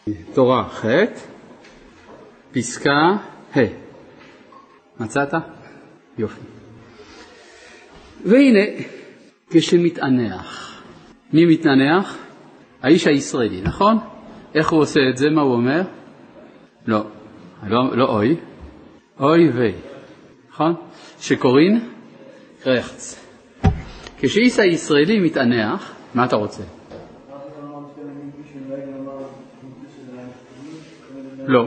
תורה ח' פסקה ה'. מצאת? יופי. והנה, כשמתענח. מי מתענח? האיש הישראלי, נכון? איך הוא עושה את זה? מה הוא אומר? לא אוי. אוי וי. נכון? שקוראים רחץ. כשאיש הישראלי מתענח, מה אתה רוצה? לא.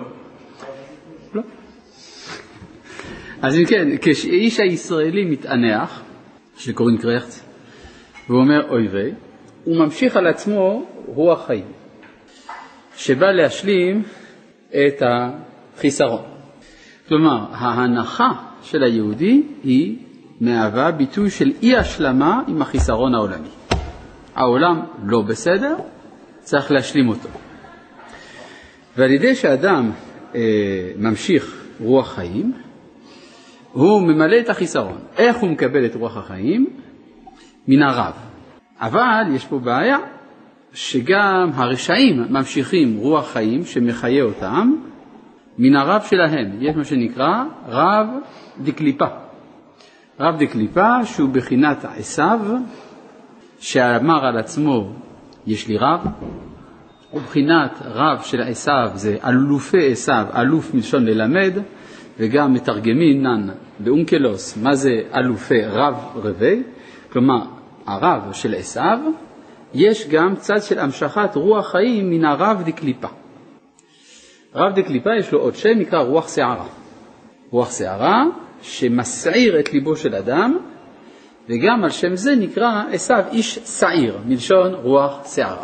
אז אם כן, כשאיש הישראלי מתענח, שקוראים קרחץ, והוא אומר אוי וי, הוא ממשיך על עצמו רוח חיים, שבא להשלים את החיסרון. כלומר, ההנחה של היהודי היא מהווה ביטוי של אי השלמה עם החיסרון העולמי. העולם לא בסדר, צריך להשלים אותו. ועל ידי שאדם ממשיך רוח חיים, הוא ממלא את החיסרון. איך הוא מקבל את רוח החיים? מן הרב. אבל יש פה בעיה, שגם הרשעים ממשיכים רוח חיים שמחיה אותם מן הרב שלהם. יש מה שנקרא רב דקליפה. רב דקליפה שהוא בחינת עשיו, שאמר על עצמו יש לי רב, ובחינת רב של עשיו זה אלופי עשיו, אלוף מלשון ללמד, וגם מתרגמים נן באונקלוס, מה זה אלופי רב רבי, כלומר הרב של עשיו, יש גם צד של המשכת רוח חיים מן הרב דקליפה. רב דקליפה יש לו עוד שם, נקרא רוח שערה. רוח שערה שמסעיר את ליבו של אדם, וגם על שם זה נקרא עשיו איש שעיר, מלשון רוח שערה.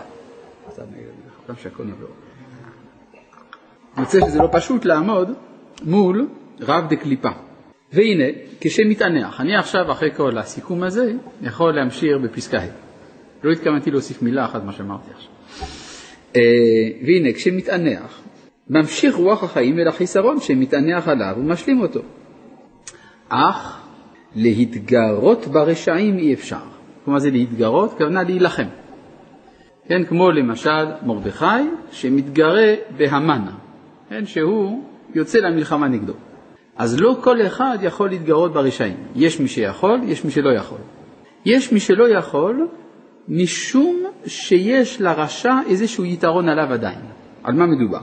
מוצא שזה לא פשוט לעמוד מול רב דקליפה. והנה, כשמתענח, אני עכשיו אחרי כל הסיכום הזה יכול להמשיך בפסקה ה'. לא התכוונתי להוסיף מילה אחת מה שאמרתי עכשיו. והנה, כשמתענח, ממשיך רוח החיים אל החיסרון שמתענח עליו ומשלים אותו. אך להתגרות ברשעים אי אפשר. כלומר זה להתגרות, כוונה להילחם. כן, כמו למשל מרדכי שמתגרה בהמן, כן, שהוא יוצא למלחמה נגדו. אז לא כל אחד יכול להתגרות ברשעים. יש מי שיכול, יש מי שלא יכול. יש מי שלא יכול משום שיש לרשע איזשהו יתרון עליו עדיין. על מה מדובר?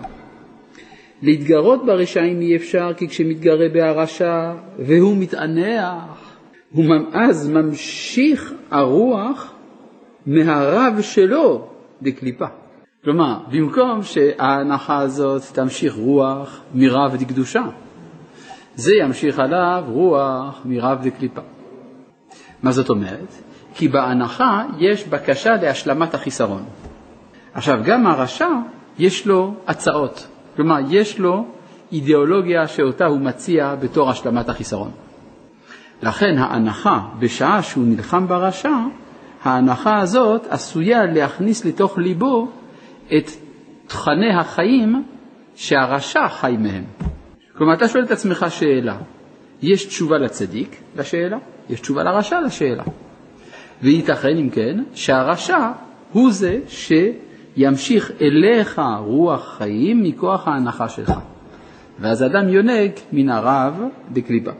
להתגרות ברשעים אי אפשר, כי כשמתגרה בהרשע והוא מתענח, אז ממשיך הרוח מהרב שלו דקליפה. כלומר, במקום שההנחה הזאת תמשיך רוח מרב דקדושה, זה ימשיך עליו רוח מרב דקליפה. מה זאת אומרת? כי בהנחה יש בקשה להשלמת החיסרון. עכשיו, גם הרשע יש לו הצעות. כלומר, יש לו אידיאולוגיה שאותה הוא מציע בתור השלמת החיסרון. לכן ההנחה, בשעה שהוא נלחם ברשע, ההנחה הזאת עשויה להכניס לתוך ליבו את תכני החיים שהרשע חי מהם. כלומר, אתה שואל את עצמך שאלה. יש תשובה לצדיק לשאלה, יש תשובה לרשע לשאלה. וייתכן אם כן, שהרשע הוא זה שימשיך אליך רוח חיים מכוח ההנחה שלך. ואז אדם יונק מן הרב דקליפה.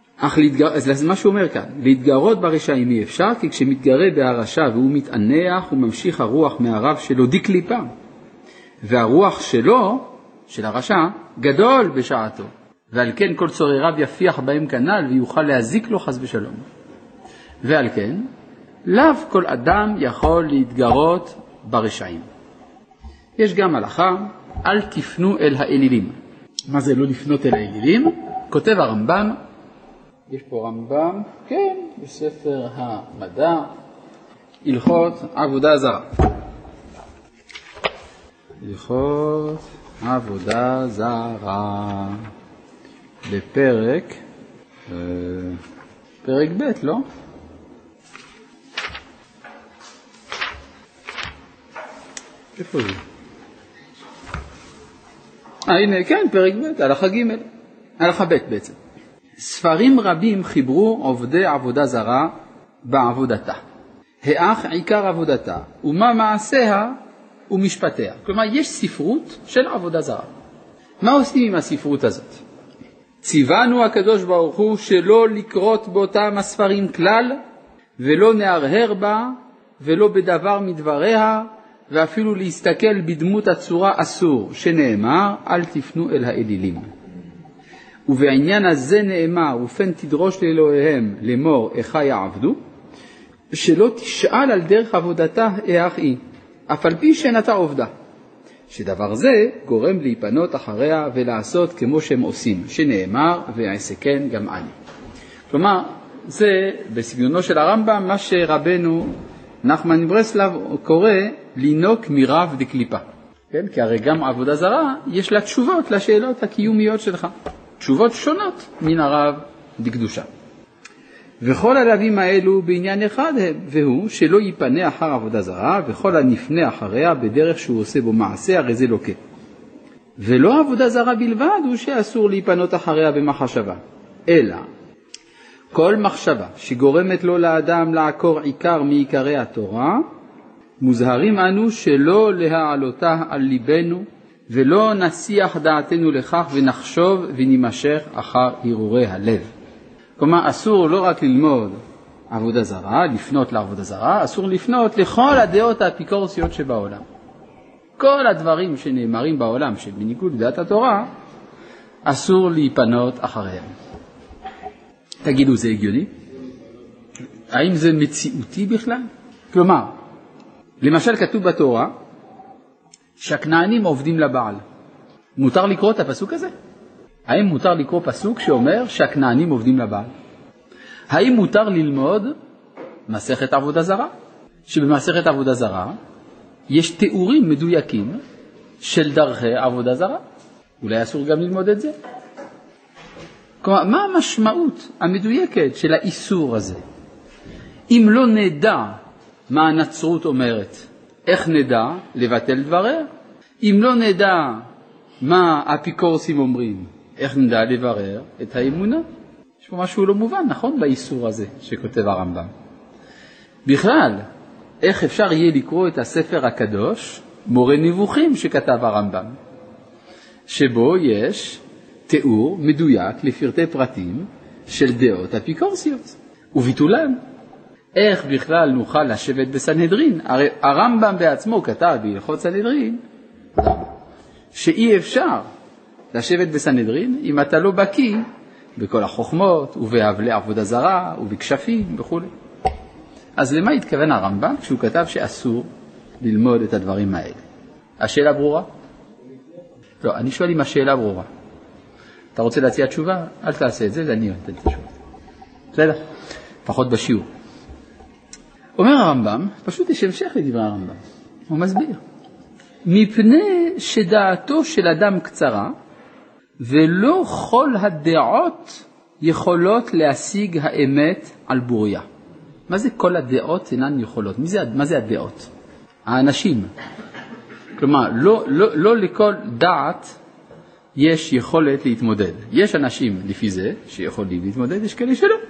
אז מה שהוא אומר כאן, להתגרות ברשעים אי אפשר, כי כשמתגרה בהרשע והוא מתענח, הוא ממשיך הרוח מהרב שלו דקליפה. והרוח שלו, של הרשע, גדול בשעתו. ועל כן כל צורריו יפיח בהם כנל ויוכל להזיק לו חס ושלום. ועל כן, לאו כל אדם יכול להתגרות ברשעים. יש גם הלכה, אל תפנו אל האלילים. מה זה לא לפנות אל האלילים? כותב הרמב"ם, יש פה רמב"ם, כן, בספר המדע, הלכות עבודה זרה. הלכות עבודה זרה, בפרק, פרק ב', לא? איפה זה? הנה, כן, פרק ב', הלכה ג', הלכה ב' בעצם. ספרים רבים חיברו עובדי עבודה זרה בעבודתה. האח עיקר עבודתה, ומה מעשיה ומשפטיה. כלומר, יש ספרות של עבודה זרה. מה עושים עם הספרות הזאת? ציוונו הקדוש ברוך הוא שלא לקרות באותם הספרים כלל, ולא נהרהר בה, ולא בדבר מדבריה, ואפילו להסתכל בדמות הצורה אסור, שנאמר, אל תפנו אל האלילים. ובעניין הזה נאמר, ופן תדרוש לאלוהיהם לאמור, איכה יעבדו, שלא תשאל על דרך עבודתה איך היא, אף על פי שנתה עובדה. שדבר זה גורם להיפנות אחריה ולעשות כמו שהם עושים, שנאמר, ועסקן גם אני. כלומר, זה בסגנונו של הרמב"ם, מה שרבנו נחמן מברסלב קורא לינוק מרב דקליפה. כן? כי הרי גם עבודה זרה יש לה תשובות לשאלות הקיומיות שלך. תשובות שונות מן הרב דקדושה. וכל הלווים האלו בעניין אחד הם, והוא שלא ייפנה אחר עבודה זרה, וכל הנפנה אחריה בדרך שהוא עושה בו מעשה, הרי זה לוקה. ולא עבודה זרה בלבד הוא שאסור להיפנות אחריה במחשבה, אלא כל מחשבה שגורמת לו לאדם לעקור עיקר מעיקרי התורה, מוזהרים אנו שלא להעלותה על ליבנו, ולא נסיח דעתנו לכך ונחשוב ונמשך אחר הרהורי הלב. כלומר, אסור לא רק ללמוד עבודה זרה, לפנות לעבודה זרה, אסור לפנות לכל הדעות האפיקורסיות שבעולם. כל הדברים שנאמרים בעולם שבניגוד לדעת התורה, אסור להיפנות אחריהם. תגידו, זה הגיוני? האם זה מציאותי בכלל? כלומר, למשל כתוב בתורה שהכנענים עובדים לבעל. מותר לקרוא את הפסוק הזה? האם מותר לקרוא פסוק שאומר שהכנענים עובדים לבעל? האם מותר ללמוד מסכת עבודה זרה? שבמסכת עבודה זרה יש תיאורים מדויקים של דרכי עבודה זרה. אולי אסור גם ללמוד את זה? כלומר, מה המשמעות המדויקת של האיסור הזה? אם לא נדע מה הנצרות אומרת, איך נדע לבטל דבריה? אם לא נדע מה האפיקורסים אומרים, איך נדע לברר את האמונה? יש פה משהו לא מובן, נכון, באיסור הזה שכותב הרמב"ם. בכלל, איך אפשר יהיה לקרוא את הספר הקדוש, מורה נבוכים שכתב הרמב"ם, שבו יש תיאור מדויק לפרטי פרטים של דעות אפיקורסיות וביטולן. איך בכלל נוכל לשבת בסנהדרין? הרי הרמב"ם בעצמו כתב בהלכות סנהדרין שאי אפשר לשבת בסנהדרין אם אתה לא בקיא בכל החוכמות ובהבלי עבודה זרה ובכשפים וכו'. אז למה התכוון הרמב"ם כשהוא כתב שאסור ללמוד את הדברים האלה? השאלה ברורה? לא, אני שואל אם השאלה ברורה. אתה רוצה להציע תשובה? אל תעשה את זה, ואני אתן את התשובה. בסדר? פחות בשיעור. אומר הרמב"ם, פשוט יש המשך לדברי הרמב"ם. הוא מסביר. מפני שדעתו של אדם קצרה, ולא כל הדעות יכולות להשיג האמת על בוריה. מה זה כל הדעות אינן יכולות? מה זה הדעות? האנשים. כלומר, לא לכל דעת יש יכולת להתמודד. יש אנשים לפי זה שיכולים להתמודד, יש כאלה שלא.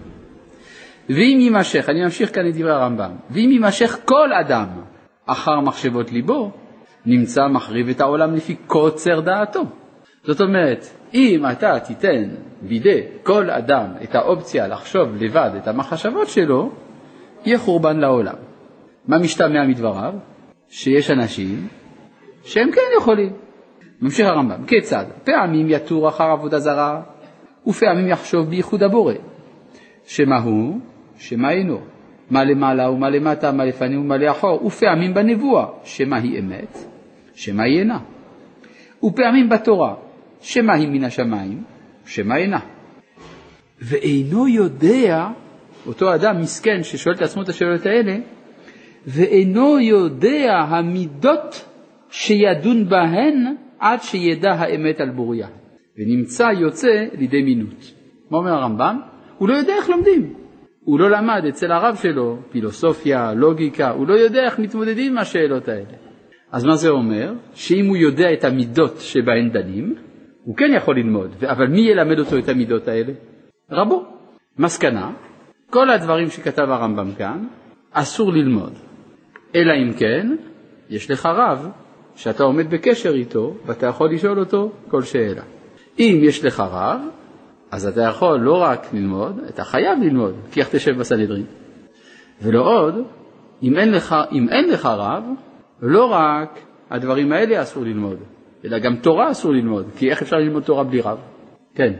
ואם יימשך, אני ממשיך כאן את דברי הרמב"ם, ואם יימשך כל אדם אחר מחשבות ליבו, נמצא מחריב את העולם לפי קוצר דעתו. זאת אומרת, אם אתה תיתן בידי כל אדם את האופציה לחשוב לבד את המחשבות שלו, יהיה חורבן לעולם. מה משתמע מדבריו? שיש אנשים שהם כן יכולים. ממשיך הרמב"ם, כיצד? פעמים יתור אחר עבודה זרה, ופעמים יחשוב בייחוד הבורא. שמה הוא? שמה אינו? מה למעלה ומה למטה, מה לפנים ומה לאחור, ופעמים בנבואה, שמה היא אמת, שמה היא אינה. ופעמים בתורה, שמה היא מן השמיים, שמה אינה. ואינו יודע, אותו אדם מסכן ששואל את עצמו את השאלות האלה, ואינו יודע המידות שידון בהן עד שידע האמת על בוריה. ונמצא יוצא לידי מינות. מה אומר הרמב"ם? הוא לא יודע איך לומדים. הוא לא למד אצל הרב שלו פילוסופיה, לוגיקה, הוא לא יודע איך מתמודדים עם השאלות האלה. אז מה זה אומר? שאם הוא יודע את המידות שבהן דנים, הוא כן יכול ללמוד. אבל מי ילמד אותו את המידות האלה? רבו. מסקנה, כל הדברים שכתב הרמב"ם כאן, אסור ללמוד. אלא אם כן, יש לך רב שאתה עומד בקשר איתו ואתה יכול לשאול אותו כל שאלה. אם יש לך רב, אז אתה יכול לא רק ללמוד, אתה חייב ללמוד, כי איך תשב בסנהדרין. ולא עוד, אם אין לך רב, לא רק הדברים האלה אסור ללמוד, אלא גם תורה אסור ללמוד, כי איך אפשר ללמוד תורה בלי רב? כן.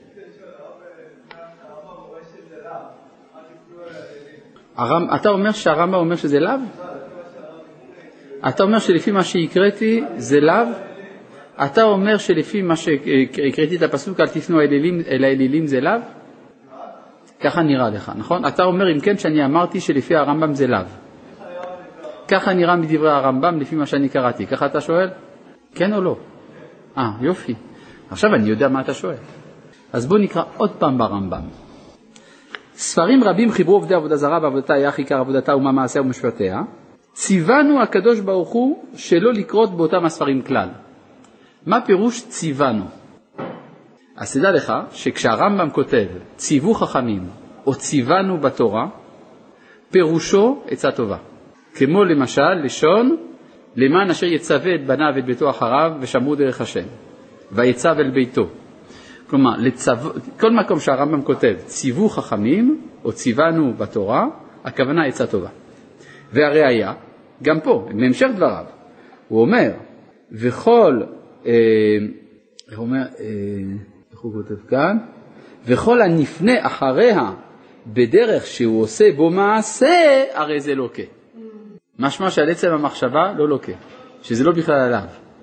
אתה אומר שהרמב"ם אומר שזה לאו? אתה אומר שלפי מה שהקראתי זה לאו? אתה אומר שלפי מה שהקראתי את הפסוק אל תפנו אל האלילים זה לאו? ככה נראה לך, נכון? אתה אומר אם כן שאני אמרתי שלפי הרמב"ם זה לאו. ככה נראה מדברי הרמב"ם לפי מה שאני קראתי. ככה אתה שואל? כן או לא? יופי. עכשיו אני יודע מה אתה שואל. אז בוא נקרא עוד פעם ברמב"ם. ספרים רבים חיברו עובדי עבודה זרה ועבודתה היה עיקר עבודתה ומה מעשיה ומשפטיה. ציוונו הקדוש ברוך הוא שלא לקרות באותם הספרים כלל. מה פירוש ציוונו? אז תדע לך שכשהרמב"ם כותב ציוו חכמים או ציוונו בתורה, פירושו עצה טובה. כמו למשל לשון למען אשר יצווה את בניו ואת ביתו אחריו ושמרו דרך השם ויצב אל ביתו. כלומר, כל מקום שהרמב"ם כותב ציוו חכמים או ציוונו בתורה, הכוונה עצה טובה. והראיה, גם פה, בהמשך דבריו, הוא אומר, וכל, איך הוא כותב כאן? וכל הנפנה אחריה בדרך שהוא עושה בו מעשה, הרי זה לוקה. משמע שעל עצם המחשבה לא לוקה, שזה לא בכלל עליו.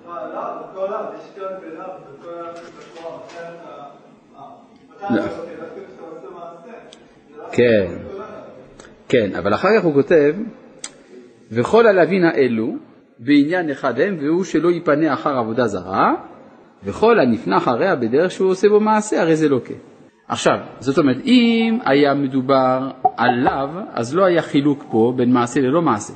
כן, כן, אבל אחר כך הוא כותב, וכל הלווין האלו בעניין אחד הם, והוא שלא ייפנה אחר עבודה זרה, וכל הנפנה אחריה בדרך שהוא עושה בו מעשה, הרי זה לוקה. עכשיו, זאת אומרת, אם היה מדובר עליו, אז לא היה חילוק פה בין מעשה ללא מעשה.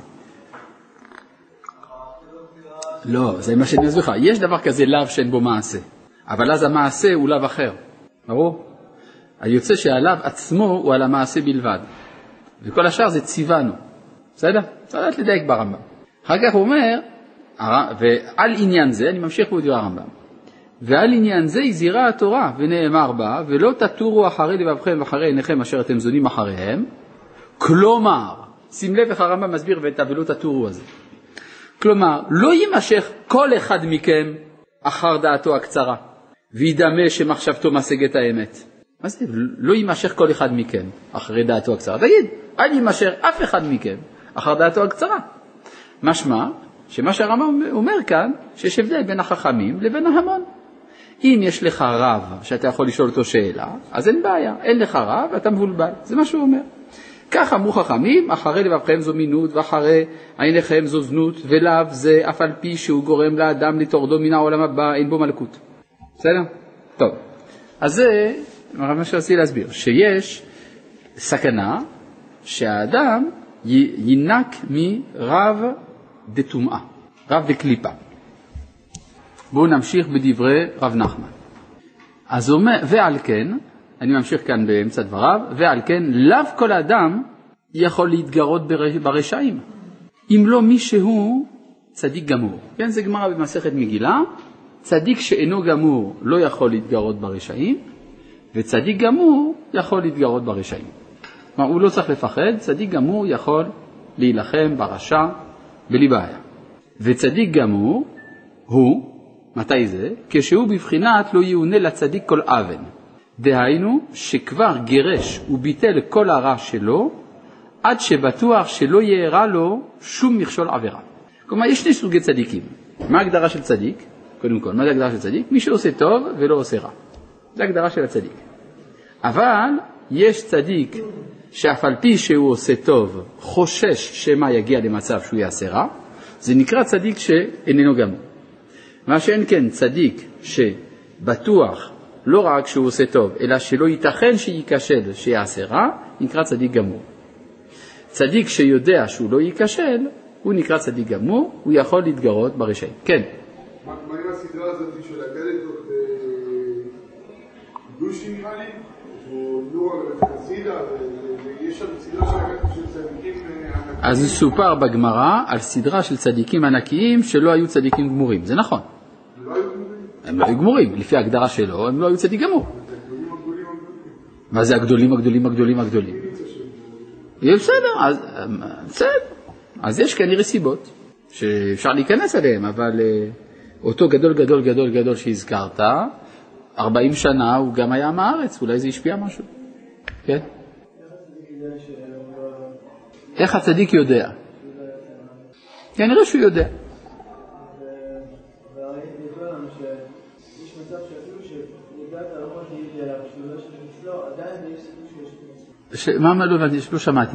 לא, זה מה שאני אסביר לך. יש דבר כזה לאו שאין בו מעשה, אבל אז המעשה הוא לאו אחר. ברור? היוצא שהלאו עצמו הוא על המעשה בלבד. וכל השאר זה ציוונו. בסדר? צריך לדייק ברמב"ם. אחר כך הוא אומר, ועל עניין זה, אני ממשיך בדברי הרמב"ם, ועל עניין זה הזהירה התורה ונאמר בה, ולא תטורו אחרי לבבכם ואחרי עיניכם אשר אתם זונים אחריהם. כלומר, שים לב איך הרמב"ם מסביר ולא תטורו הזה. כלומר, לא יימשך כל אחד מכם אחר דעתו הקצרה, וידמה שמחשבתו משגת האמת. מה זה? לא יימשך כל אחד מכם אחרי דעתו הקצרה. תגיד, אל יימשך אף אחד מכם אחר דעתו הקצרה. משמע, שמה שהרמב"ם אומר כאן, שיש הבדל בין החכמים לבין ההמון. אם יש לך רב שאתה יכול לשאול אותו שאלה, אז אין בעיה. אין לך רב, אתה מבולבל. זה מה שהוא אומר. כך אמרו חכמים, אחרי לבבכם זו מינות, ואחרי עיניכם זו זנות, ולאו זה אף על פי שהוא גורם לאדם לטורדו מן העולם הבא, אין בו מלכות. בסדר? טוב. אז זה מה שרציתי להסביר, שיש סכנה שהאדם ינק מרב דתומאה, רב דקליפה. בואו נמשיך בדברי רב נחמן. אז הוא אומר, ועל כן, אני ממשיך כאן באמצע דבריו, ועל כן, לאו כל אדם יכול להתגרות ברשעים, אם לא מישהו צדיק גמור. כן, זה גמרא במסכת מגילה, צדיק שאינו גמור לא יכול להתגרות ברשעים, וצדיק גמור יכול להתגרות ברשעים. כלומר, הוא לא צריך לפחד, צדיק גמור יכול להילחם ברשע בלי בעיה. וצדיק גמור הוא, מתי זה? כשהוא בבחינת לא יעונה לצדיק כל אבן. דהיינו שכבר גירש וביטל כל הרע שלו, עד שבטוח שלא יארע לו שום מכשול עבירה. כלומר, יש שני סוגי צדיקים. מה ההגדרה של צדיק? קודם כל, מה זה ההגדרה של צדיק? מי שעושה טוב ולא עושה רע. זה ההגדרה של הצדיק. אבל יש צדיק שאף על פי שהוא עושה טוב, חושש שמה יגיע למצב שהוא יעשה רע, זה נקרא צדיק שאיננו גמור. מה שאין כן צדיק שבטוח לא רק שהוא עושה טוב, אלא שלא ייתכן שיקשל שיעשה רע, נקרא צדיק גמור. צדיק שיודע שהוא לא יקשל, הוא נקרא צדיק גמור, הוא יכול להתגרות ברשעים. כן. מה עם הסדרה הזאת של הגדת דושי נראה לי? או נור חסידה, ויש שם סדרה של צדיקים ענקיים. אז סופר בגמרא על סדרה של צדיקים ענקיים שלא היו צדיקים גמורים, זה נכון. לא היו גמורים? הם לא היו גמורים, לפי ההגדרה שלו, הם לא היו צדיק גמור. מה זה הגדולים? בסדר, אז יש כנראה סיבות שאפשר להיכנס עליהם, אבל אותו גדול שהזכרת, 40 שנה הוא גם היה מהארץ, אולי זה השפיע משהו. כן? איך הצדיק יודע? כנראה שהוא יודע. מה לא הבנתי? לא שמעתי.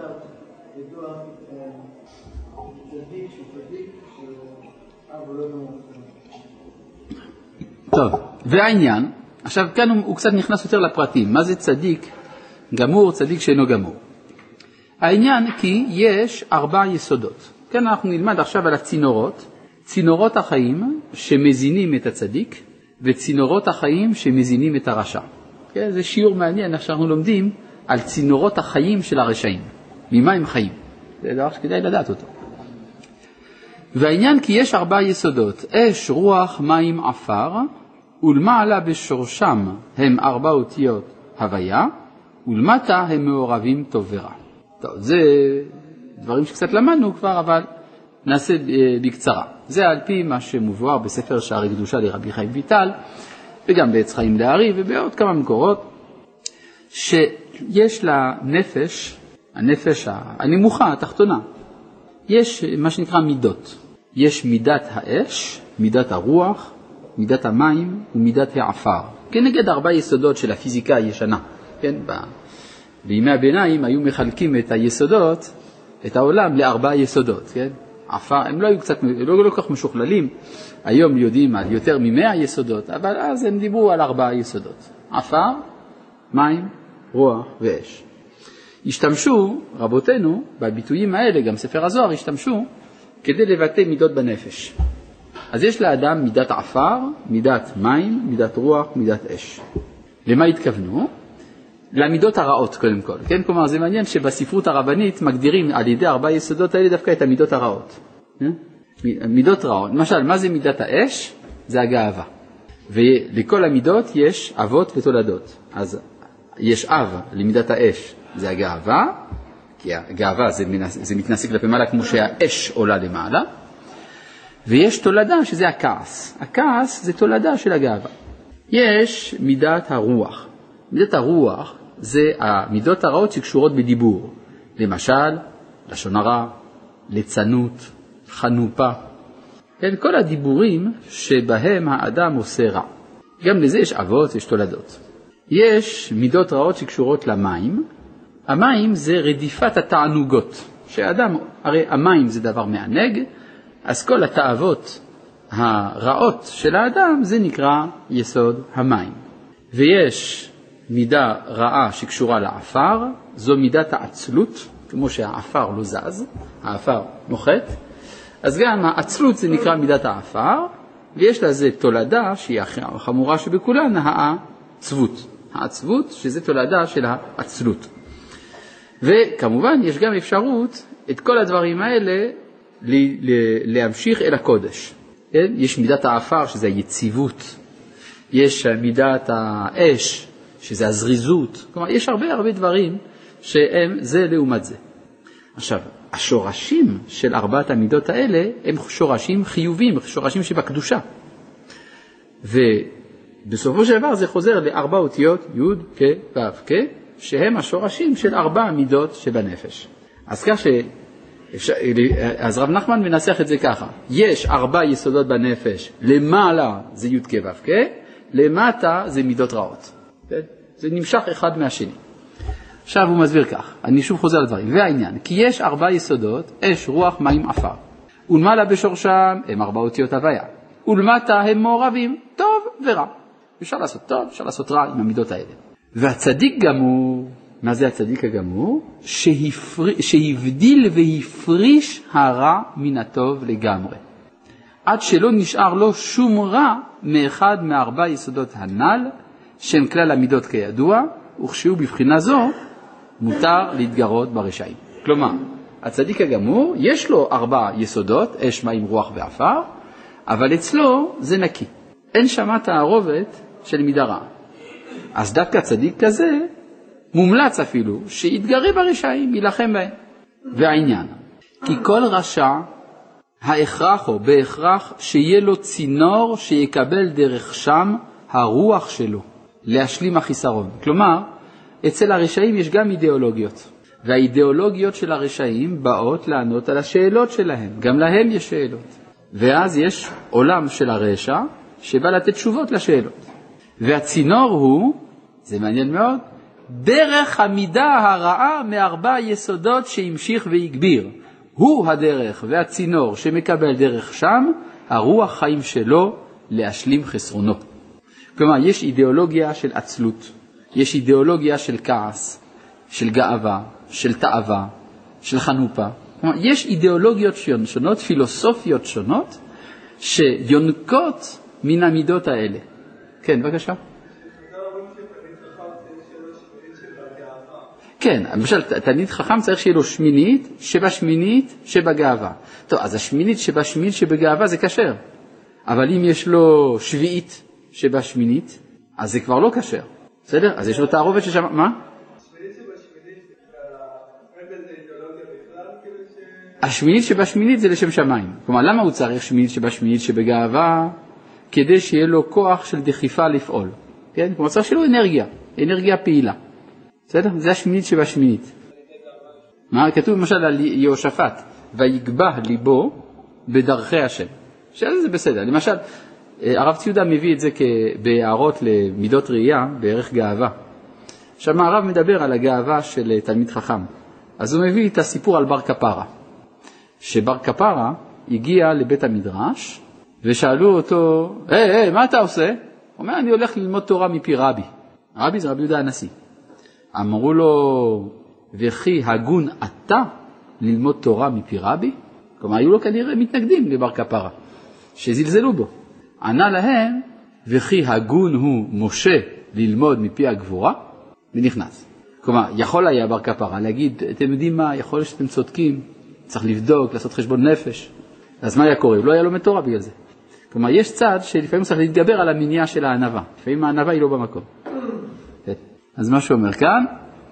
טוב, והעניין, עכשיו כאן הוא קצת נכנס יותר לפרטים, מה זה צדיק גמור, צדיק שאינו גמור. העניין כי יש 4 יסודות. כאן אנחנו נלמד עכשיו על הצינורות, צינורות החיים שמזינים את הצדיק, וצינורות החיים שמזינים את הרשע. כן, זה שיעור מעניין, שאנחנו לומדים על צינורות החיים של הרשעים. ממה הם חיים? זה דבר שכדאי לדעת אותו. והעניין כי יש 4 יסודות, אש, רוח, מים, עפר, ולמעלה בשורשם הם 4 אותיות הוויה, ולמטה הם מעורבים טוב ורע. טוב, זה דברים שקצת למדנו כבר, אבל נעשה בקצרה. זה על פי מה שמובואר בספר שערי קדושה לרבי חיים ויטל, וגם בעץ חיים לארי ובעוד כמה מקורות, שיש לנפש, הנפש הנמוכה, התחתונה, יש מה שנקרא מידות. יש מידת האש, מידת הרוח, מידת המים ומידת העפר. כנגד 4 יסודות של הפיזיקה הישנה. כן, בימי הביניים היו מחלקים את היסודות, את העולם ל4 יסודות. כן? עפר, הם לא היו קצת, לא כך משוכללים. היום יודעים על יותר מ100 יסודות, אבל אז הם דיברו על 4 יסודות. עפר, מים, רוח ואש. השתמשו רבותינו בביטויים האלה, גם ספר הזוהר השתמשו, כדי לבטא מידות בנפש. אז יש לאדם מידת עפר, מידת מים, מידת רוח, מידת אש. למה התכוונו? למידות הרעות קודם כל. כן? כלומר, זה מעניין שבספרות הרבנית מגדירים על ידי 4 יסודות האלה דווקא את המידות הרעות. מידות רעות. למשל, מה זה מידת האש? זה הגאווה. ולכל המידות יש אבות ותולדות. אז יש אב למידת האש, זה הגאווה, כי הגאווה זה מתנשא כלפי מעלה כמו שהאש עולה למעלה, ויש תולדה שזה הכעס. הכעס זה תולדה של הגאווה. יש מידת הרוח. מידת הרוח זה המידות הרעות שקשורות בדיבור. למשל, לשון הרע, ליצנות, חנופה. כן, כל הדיבורים שבהם האדם עושה רע. גם לזה יש אבות, יש תולדות. יש מידות רעות שקשורות למים. המים זה רדיפת התענוגות. שהאדם, הרי המים זה דבר מענג, אז כל התאוות הרעות של האדם זה נקרא יסוד המים. ויש מידה רעה שקשורה לעפר, זו מידת העצלות, כמו שהעפר לא זז, העפר נוחת, אז גם העצלות זה נקרא מידת העפר, ויש לזה תולדה שהיא החמורה שבכולן, העצבות. העצבות שזה תולדה של העצלות. וכמובן יש גם אפשרות את כל הדברים האלה להמשיך אל הקודש. כן? יש מידת העפר שזה היציבות, יש מידת האש שזה הזריזות, כלומר יש הרבה דברים שהם זה לעומת זה. עכשיו, השורשים של 4 המידות האלה הם שורשים חיוביים, שורשים שבקדושה. ובסופו של דבר זה חוזר ל4 אותיות י' כ' ו' כ', שהם השורשים של 4 המידות שבנפש. אז אז רב נחמן מנסח את זה ככה, יש 4 יסודות בנפש, למעלה זה י' כ' ו' כ', למטה זה מידות רעות. זה נמשך אחד מהשני. עכשיו הוא מסביר כך, אני שוב חוזר לדברים, והעניין, כי יש 4 יסודות, אש, רוח, מים, עפר. ולמעלה בשורשם הם 4 אותיות הוויה. ולמטה הם מעורבים טוב ורע. אפשר לעשות טוב, אפשר לעשות רע עם המידות האלה. והצדיק גמור, מה זה הצדיק הגמור? שהבדיל והפריש הרע מן הטוב לגמרי. עד שלא נשאר לו שום רע מאחד מ4 יסודות הנ"ל, שהם כלל המידות כידוע, וכשהוא בבחינה זו, מותר להתגרות ברשעים. כלומר, הצדיק הגמור, יש לו 4 יסודות, אש, מים, רוח ועפר, אבל אצלו זה נקי. אין שם תערובת של מידה רעה. אז דווקא צדיק כזה, מומלץ אפילו, שיתגרה ברשעים, ילחם בהם. והעניין, כי כל רשע, ההכרח או בהכרח, שיהיה לו צינור שיקבל דרך שם הרוח שלו, להשלים החיסרון. כלומר, אצל הרשעים יש גם אידיאולוגיות. והאידיאולוגיות של הרשעים באות לענות על השאלות שלהם. גם להם יש שאלות. ואז יש עולם של הרשע שבא לתת תשובות לשאלות. והצינור הוא, זה מעניין מאוד, דרך המידה הרעה מ4 יסודות שהמשיך והגביר. הוא הדרך והצינור שמקבל דרך שם, הרוח חיים שלו להשלים חסרונו. כלומר, יש אידיאולוגיה של עצלות, יש אידיאולוגיה של כעס, של גאווה, של תאווה, של חנופה. כלומר, יש אידיאולוגיות שונות, פילוסופיות שונות, שיונקות מן המידות האלה. כן, בבקשה. כן, למשל, תלמיד חכם צריך שיהיה לו שמינית, שבשמינית, שבגאווה. טוב, אז השמינית, שבשמינית, שבגאווה זה כשר. אבל אם יש לו שביעית, שבשמינית, אז זה כבר לא כשר. בסדר? אז יש לו תערובת ששם... מה? השמינית שבשמינית זה לשם שמיים. כלומר, למה הוא צריך שמינית שבשמינית שבגאווה? כדי שיהיה לו כוח של דחיפה לפעול. כן? כלומר, צריך שיהיה לו אנרגיה פעילה. בסדר? זה השמינית שבשמינית. מה? כתוב למשל על יהושפט, ויגבה ליבו בדרכי השם. שזה בסדר. למשל, הרב ציודה מביא את זה בהערות למידות ראייה בערך גאווה. שם הרב מדבר על הגאווה של תלמיד חכם. אז הוא מביא את הסיפור על בר כפרה. שבר כפרה הגיע לבית המדרש, ושאלו אותו, מה אתה עושה? הוא אומר, אני הולך ללמוד תורה מפי רבי. רבי זה רבי יהודה הנשיא. אמרו לו, וכי הגון אתה ללמוד תורה מפי רבי? כלומר, היו לו כנראה מתנגדים לבר כפרה, שזלזלו בו. ענה להם, וכי הגון הוא משה ללמוד מפי הגבורה? ונכנס. כלומר, יכול היה בר כפרה להגיד, אתם יודעים מה, יכול להיות שאתם צודקים, צריך לבדוק, לעשות חשבון נפש. אז מה היה קורה? לא היה לו מתורה בגלל זה. כלומר, יש צד שלפעמים צריך להתגבר על המניעה של הענבה. לפעמים הענבה היא לא במקום. אז מה שאומר כאן,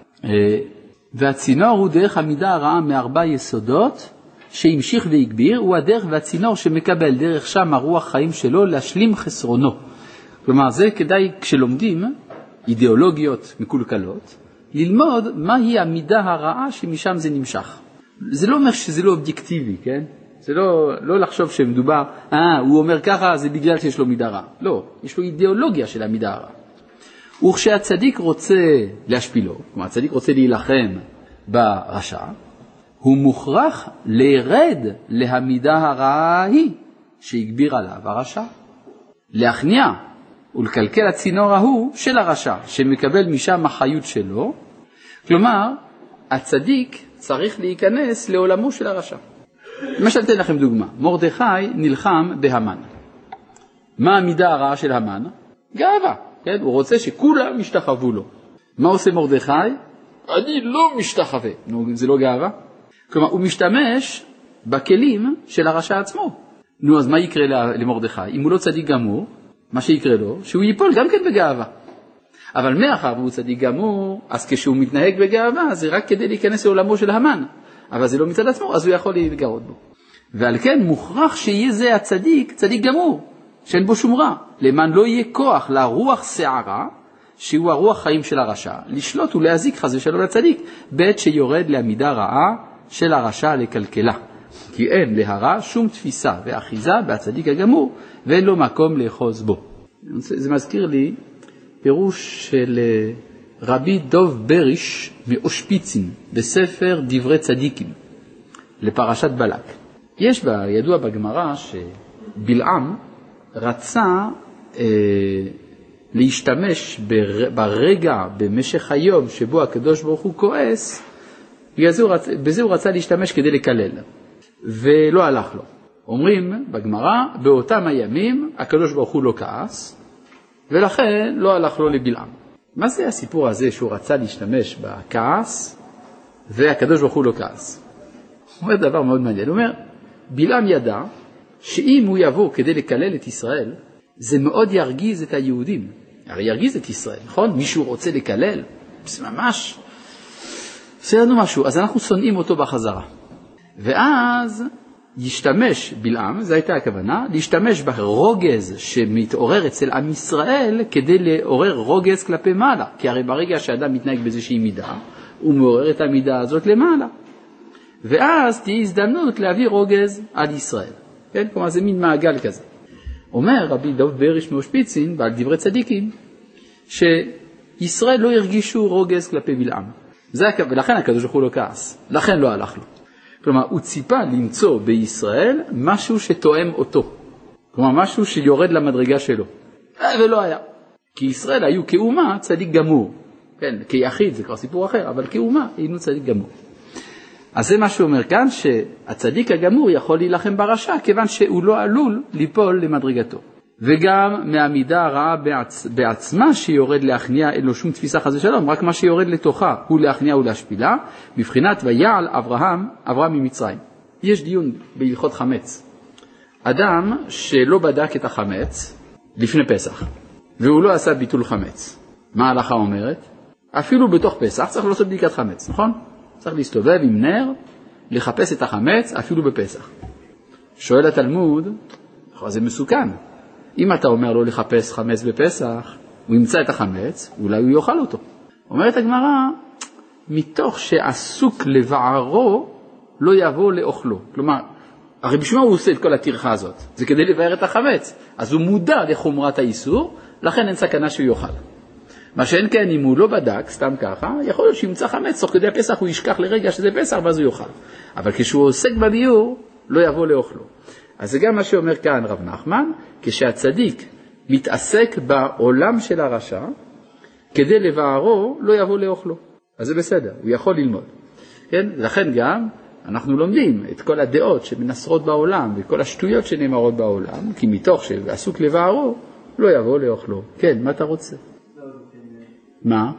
והצינור הוא דרך המידה הרעה מ4 יסודות, שהמשיך והגביר, הוא הדרך והצינור שמקבל דרך שם הרוח חיים שלו להשלים חסרונו. כלומר, זה כדאי כשלומדים אידיאולוגיות מקולקלות, ללמוד מהי המידה הרעה שמשם זה נמשך. זה לא אומר שזה לא אובייקטיבי, כן? זה לא לחשוב שמדובר, הוא אומר ככה, זה בגלל שיש לו מידה רעה. לא, יש לו אידיאולוגיה של המידה הרעה. וכשהצדיק רוצה להשפילו, כלומר הצדיק רוצה להילחם ברשע, הוא מוכרח להירד להמידה הרעה ההיא שהגביר עליו הרשע. להכניע ולקלקל הצינור ההוא של הרשע, שמקבל משם החיות שלו. כלומר, הצדיק צריך להיכנס לעולמו של הרשע. למשל, אתן לכם דוגמה. מרדכי נלחם בהמן. מה המידה הרעה של המן? גאווה. כן? הוא רוצה שכולם משתחוו לו. מה עושה מרדכי? אני לא משתחווה. זה לא גאווה? כלומר, הוא משתמש בכלים של הרשע עצמו. נו, אז מה יקרה למרדכי? אם הוא לא צדיק גמור, מה שיקרה לו, שהוא ייפול גם כן בגאווה. אבל מאחר והוא צדיק גמור, אז כשהוא מתנהג בגאווה, זה רק כדי להיכנס לעולמו של המן. אבל זה לא מצד עצמו, אז הוא יכול להתגרות בו. ועל כן מוכרח שיהיה זה הצדיק, צדיק גמור, שאין בו שום רע. למען לא יהיה כוח לרוח שערה, שהוא הרוח חיים של הרשע, לשלוט ולהזיק חזה שלו לצדיק, בעת שיורד לעמידה רעה של הרשע לקלקלה. כי אין להרע שום תפיסה ואחיזה בצדיק הגמור, ואין לו מקום לאחוז בו. זה מזכיר לי פירוש של רבי דוב בריש מאושפיצין, בספר דברי צדיקים, לפרשת בלק. יש ידוע בגמרא שבלעם רצה להשתמש ברגע, במשך היום שבו הקדוש ברוך הוא כועס, בזה הוא רצה להשתמש כדי לקלל, ולא הלך לו. אומרים בגמרא, באותם הימים הקדוש ברוך הוא לא כעס, ולכן לא הלך לו לבלעם. מה זה הסיפור הזה שהוא רצה להשתמש בכעס, והקדוש ברוך הוא לא כעס? הוא אומר דבר מאוד מעניין, הוא אומר, בלעם ידע שאם הוא יבוא כדי לקלל את ישראל, זה מאוד ירגיז את היהודים. הרי ירגיז את ישראל, נכון? מישהו רוצה לקלל, זה ממש, עושה לנו משהו, אז אנחנו שונאים אותו בחזרה. ואז ישתמש בלעם, זו הייתה הכוונה, להשתמש ברוגז שמתעורר אצל עם ישראל כדי לעורר רוגז כלפי מעלה. כי הרי ברגע שאדם מתנהג באיזושהי מידה, הוא מעורר את המידה הזאת למעלה. ואז תהיה הזדמנות להביא רוגז על ישראל. כן? כלומר, זה מין מעגל כזה. אומר רבי דוד באריש מאושפיצין, בעל דברי צדיקים, שישראל לא הרגישו רוגז כלפי בלעם. ולכן הקדוש ברוך הוא לא כעס. לכן לא הלך לו. כלומר, הוא ציפה למצוא בישראל משהו שתואם אותו. כלומר, משהו שיורד למדרגה שלו. ולא היה. כי ישראל היו כאומה צדיק גמור. כן, כיחיד זה כבר סיפור אחר, אבל כאומה היינו צדיק גמור. אז זה מה שהוא אומר כאן, שהצדיק הגמור יכול להילחם ברשע, כיוון שהוא לא עלול ליפול למדרגתו. וגם מהמידה הרעה בעצמה שיורד להכניע, אין לו שום תפיסה חס ושלום, רק מה שיורד לתוכה הוא להכניע ולהשפילה, בבחינת ויעל אברהם ממצרים. יש דיון בהלכות חמץ. אדם שלא בדק את החמץ לפני פסח, והוא לא עשה ביטול חמץ. מה ההלכה אומרת? אפילו בתוך פסח צריך לעשות בדיקת חמץ, נכון? צריך להסתובב עם נר, לחפש את החמץ אפילו בפסח. שואל התלמוד, זה מסוכן. אם אתה אומר לו לחפש חמץ בפסח, הוא ימצא את החמץ, אולי הוא יאכל אותו. אומרת הגמרא, מתוך שעסוק לבערו, לא יבוא לאוכלו. כלומר, הרי בשביל מה הוא עושה את כל התרחה הזאת? זה כדי לבאר את החמץ. אז הוא מודע לחומרת האיסור, לכן אין סכנה שהוא יאכל. מה שאין כן, אם הוא לא בדק, סתם ככה, יכול להיות שימצא חמץ, תוך כדי הפסח הוא ישכח לרגע שזה פסח, ואז הוא יאכל. אבל כשהוא עוסק בביור, לא יבוא לאוכלו. אז זה גם מה שאומר כאן רב נחמן, כשהצדיק מתעסק בעולם של הרשע, כדי לבערו לא יבוא לאוכלו. אז זה בסדר, הוא יכול ללמוד. כן? לכן גם אנחנו לומדים את כל הדעות שמנסרות בעולם, וכל השטויות שנאמרות בעולם, כי מתוך שעסוק לבערו, לא יבוא לאוכלו. כן, מה אתה רוצה? מה?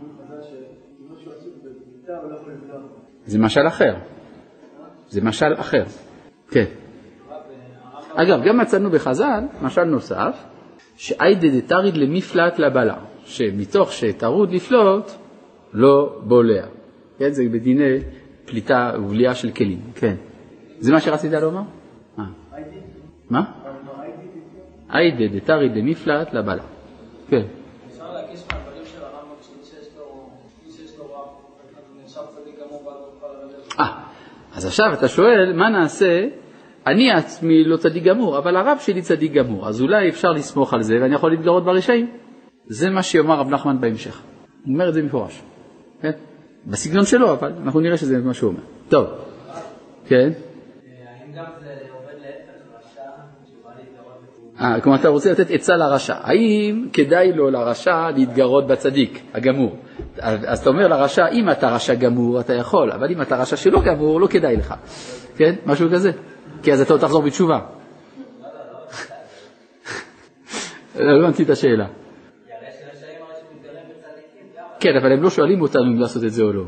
זה משל אחר. זה משל אחר. כן. אגב, גם מצאנו בחז"ל, משל נוסף, שאיידה דתריד למפלט לבלה, שמתוך שתרוד לפלוט, לא בולע. כן, זה בדיני פליטה ובליעה של כלים. כן. זה מה שרצית לומר? מה? איידה דתריד למפלט לבלה. כן. אפשר להקיש מהדברים של הרמב"ם שיש לו רב, הוא נשאר צדיק גמור ועד לא יוכל לרדת. אז עכשיו אתה שואל, מה נעשה? אני עצמי לא צדיק גמור, אבל הרב שלי צדיק גמור, אז אולי אפשר לסמוך על זה, ואני יכול להתגרות ברשעים. זה מה שיאמר רב נחמן בהמשך. הוא אומר את זה מפורש. כן? בסגנון שלו, אבל אנחנו נראה שזה מה שהוא אומר. טוב. כן? האם גם זה עובד להפך רשע, שבא להתגרות? כלומר, אתה רוצה לתת עצה לרשע. האם כדאי לו לרשע להתגרות בצדיק הגמור? אז אתה אומר לרשע, אם אתה רשע גמור, אתה יכול, אבל אם אתה רשע שלא גמור, לא כדאי לך. כן? משהו כזה. כי אז אתה עוד תחזור בתשובה. לא הבנתי את השאלה. כן, אבל הם לא שואלים אותנו אם לעשות את זה או לא.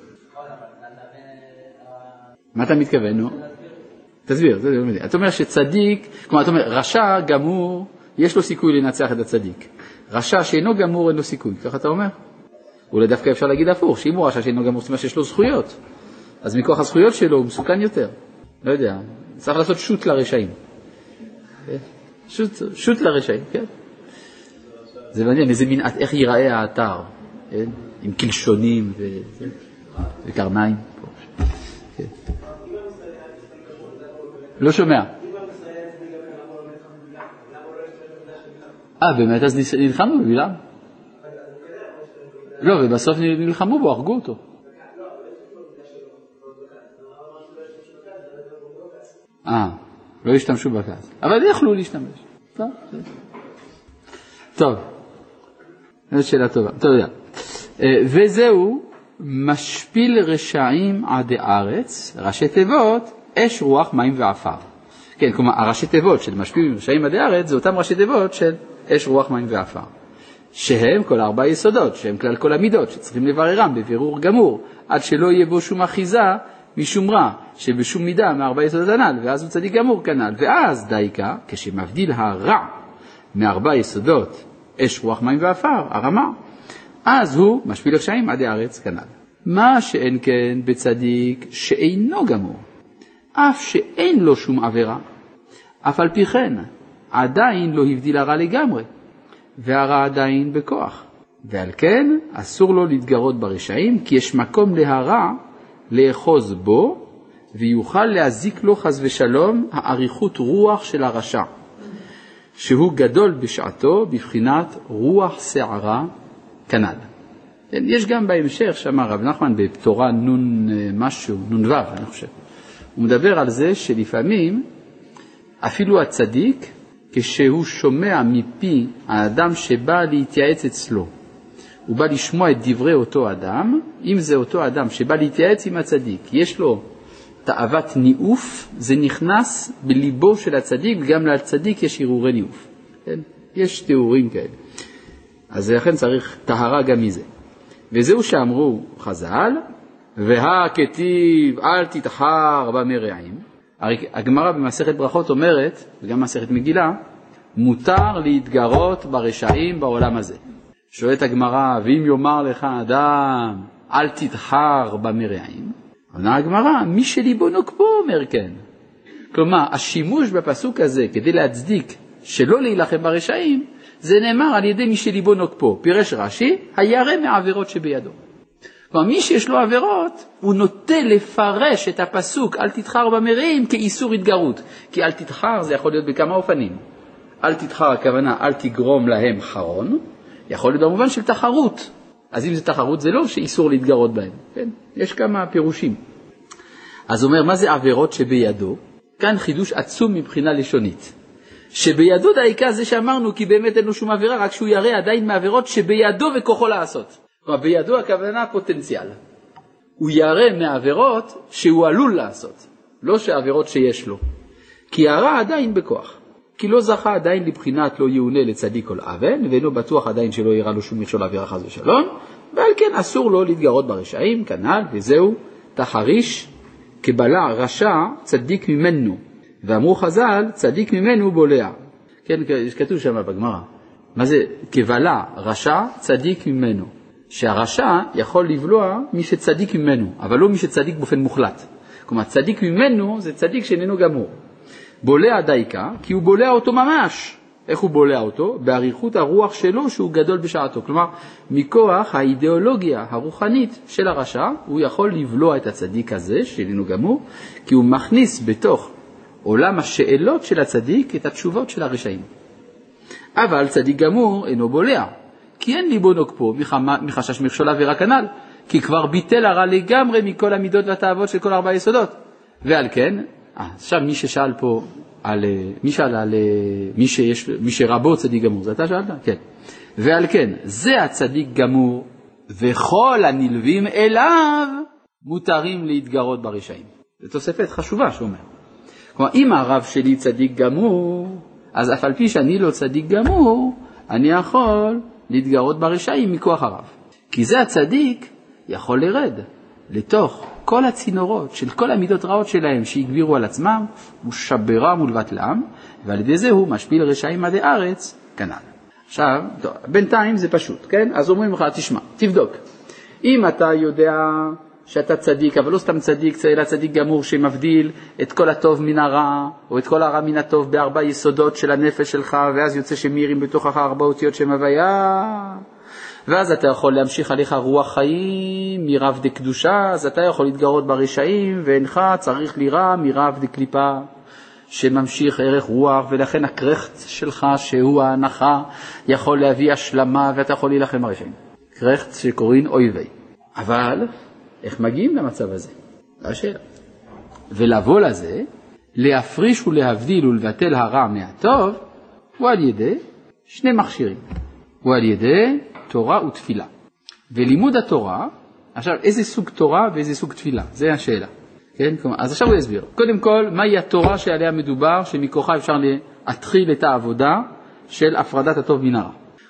מה אתה מתכוון? נו? תסביר. אתה אומר שצדיק, כלומר, אתה אומר, רשע גמור, יש לו סיכוי לנצח את הצדיק. רשע שאינו גמור, אין לו סיכוי. ככה אתה אומר? אולי דווקא אפשר להגיד הפוך, שאם הוא רשע שאינו גמור, זאת אומרת שיש לו זכויות. אז מכוח הזכויות שלו הוא מסוכן יותר. לא יודע, צריך לעשות שוט לרשעים. שוט לרשעים, כן. זה מעניין, איזה מין, איך ייראה האתר, כן? עם קלשונים וקרניים. כן. לא שומע. באמת, אז נלחמו בבלעם? לא, ובסוף נלחמו בו, הרגו אותו. לא השתמשו בכעס. אבל יכלו להשתמש. טוב. זו שאלה טובה. טוב, וזהו משפיל רשעים עד הארץ, ראשי תיבות, אש, רוח, מים ועפר. כן, כלומר, הראשי תיבות של משפיל רשעים עד הארץ, זה אותם ראשי תיבות של אש, רוח, מים ועפר. שהם כל 4 יסודות, שהם כלל כל המידות, שצריכים לבררם בבירור גמור, עד שלא יהיה בו שום אחיזה משום רע, שבשום מידה מ4 יסודות הנ"ל, ואז הוא צדיק גמור כנ"ל. ואז דייקה, כשמבדיל הרע מ4 יסודות, אש, רוח, מים ואפר, הרמה, אז הוא משפיל רשעים עד הארץ כנ"ל. מה שאין כן בצדיק שאינו גמור, אף שאין לו שום עבירה, אף על פי כן עדיין לא הבדיל הרע לגמרי, והרע עדיין בכוח, ועל כן אסור לו להתגרות ברשעים, כי יש מקום להרע לאחוז בו, ויוכל להזיק לו חס ושלום האריכות רוח של הרשע, שהוא גדול בשעתו בבחינת רוח שערה כנ"ל. יש גם בהמשך שאמר רב נחמן בתורה נון משהו, נון וו, אני חושב. הוא מדבר על זה שלפעמים אפילו הצדיק, כשהוא שומע מפי האדם שבא להתייעץ אצלו, הוא בא לשמוע את דברי אותו אדם, אם זה אותו אדם שבא להתייעץ עם הצדיק, יש לו תאוות ניאוף, זה נכנס בליבו של הצדיק, וגם לצדיק יש הרהורי ניאוף. כן? יש תיאורים כאלה. אז לכן צריך טהרה גם מזה. וזהו שאמרו חז"ל, והכתיב אל תתחר במרעים. הרי הגמרא במסכת ברכות אומרת, וגם מסכת מגילה, מותר להתגרות ברשעים בעולם הזה. שואלת הגמרא, ואם יאמר לך אדם, אל תתחר במרעים, עונה הגמרא, מי שליבו נוקפו אומר כן. כלומר, השימוש בפסוק הזה כדי להצדיק שלא להילחם ברשעים, זה נאמר על ידי מי שליבו נוקפו. פירש רש"י, הירא מהעבירות שבידו. כלומר, מי שיש לו עבירות, הוא נוטה לפרש את הפסוק אל תתחר במרעים כאיסור התגרות. כי אל תתחר זה יכול להיות בכמה אופנים. אל תתחר הכוונה, אל תגרום להם חרון, יכול להיות במובן של תחרות. אז אם זה תחרות זה לא שאיסור להתגרות בהם. כן? יש כמה פירושים. אז אומר, מה זה עבירות שבידו? כאן חידוש עצום מבחינה לשונית. שבידו דייקה זה שאמרנו כי באמת אין לו שום עבירה, רק שהוא יראה עדיין מעבירות שבידו וכוחו לעשות. כלומר, בידו הכוונה פוטנציאל. הוא יראה מעבירות שהוא עלול לעשות, לא שעבירות שיש לו. כי הרע עדיין בכוח. כי לא זכה עדיין לבחינת לא יעונה לצדיק כל אבן, ואינו בטוח עדיין שלא יראה לו שום מכשול עבירה חס ושלום, ועל כן אסור לו להתגרות ברשעים, כנ"ל, וזהו תחריש כבלע רשע צדיק ממנו. ואמרו חז"ל, צדיק ממנו בולע. כן, כתוב שם בגמרא. מה זה? כבלע רשע צדיק ממנו. שהרשע יכול לבלוע מי שצדיק ממנו, אבל לא מי שצדיק באופן מוחלט. כלומר, צדיק ממנו זה צדיק שאיננו גמור. בולע דייקה, כי הוא בולע אותו ממש. איך הוא בולע אותו? באריכות הרוח שלו שהוא גדול בשעתו. כלומר, מכוח האידיאולוגיה הרוחנית של הרשע, הוא יכול לבלוע את הצדיק הזה, שאיננו גמור, כי הוא מכניס בתוך עולם השאלות של הצדיק את התשובות של הרשעים. אבל צדיק גמור אינו בולע, כי אין ליבו נוקפו מחשש מכשול עבירה כנ"ל, כי כבר ביטל הרע לגמרי מכל המידות והתאוות של כל 4 יסודות. ועל כן, עכשיו מי ששאל פה על מי שרבו צדיק גמור, זה אתה שאלת? כן. ועל כן, זה הצדיק גמור, וכל הנלווים אליו מותרים להתגרות ברשעים. זו תוספת חשובה שאומר. כלומר, אם הרב שלי צדיק גמור, אז אף על פי שאני לא צדיק גמור, אני יכול להתגרות ברשעים מכוח הרב. כי זה הצדיק יכול לרד לתוך כל הצינורות של כל המידות רעות שלהם שהגבירו על עצמם, הוא שברם ולבטלם, ועל ידי זה הוא משפיל רשעים עד הארץ כנ"ל. עכשיו, טוב, בינתיים זה פשוט, כן? אז אומרים לך, תשמע, תבדוק. אם אתה יודע שאתה צדיק, אבל לא סתם צדיק, אלא צדיק גמור שמבדיל את כל הטוב מן הרע, או את כל הרע מן הטוב ב4 יסודות של הנפש שלך, ואז יוצא שמירים בתוכך 4 אותיות שם הוויה, ואז אתה יכול להמשיך עליך רוח חיים מרב דקדושה, אז אתה יכול להתגרות ברשעים, ואינך צריך לירה מרב דקליפה, שממשיך ערך רוח, ולכן הקרחת שלך, שהוא ההנחה, יכול להביא השלמה, ואתה יכול להילחם ברשעים. קרחת שקוראים אויבי. אבל איך מגיעים למצב הזה? זו השאלה. ולבוא לזה, להפריש ולהבדיל ולבטל הרע מהטוב, הוא על ידי 2 מכשירים. הוא על ידי תורה ותפילה. ולימוד התורה, עכשיו איזה סוג תורה ואיזה סוג תפילה? זה השאלה. כן? אז עכשיו הוא יסביר. קודם כל, מהי התורה שעליה מדובר, שמכוחה אפשר להתחיל את העבודה של הפרדת הטוב מן הרע.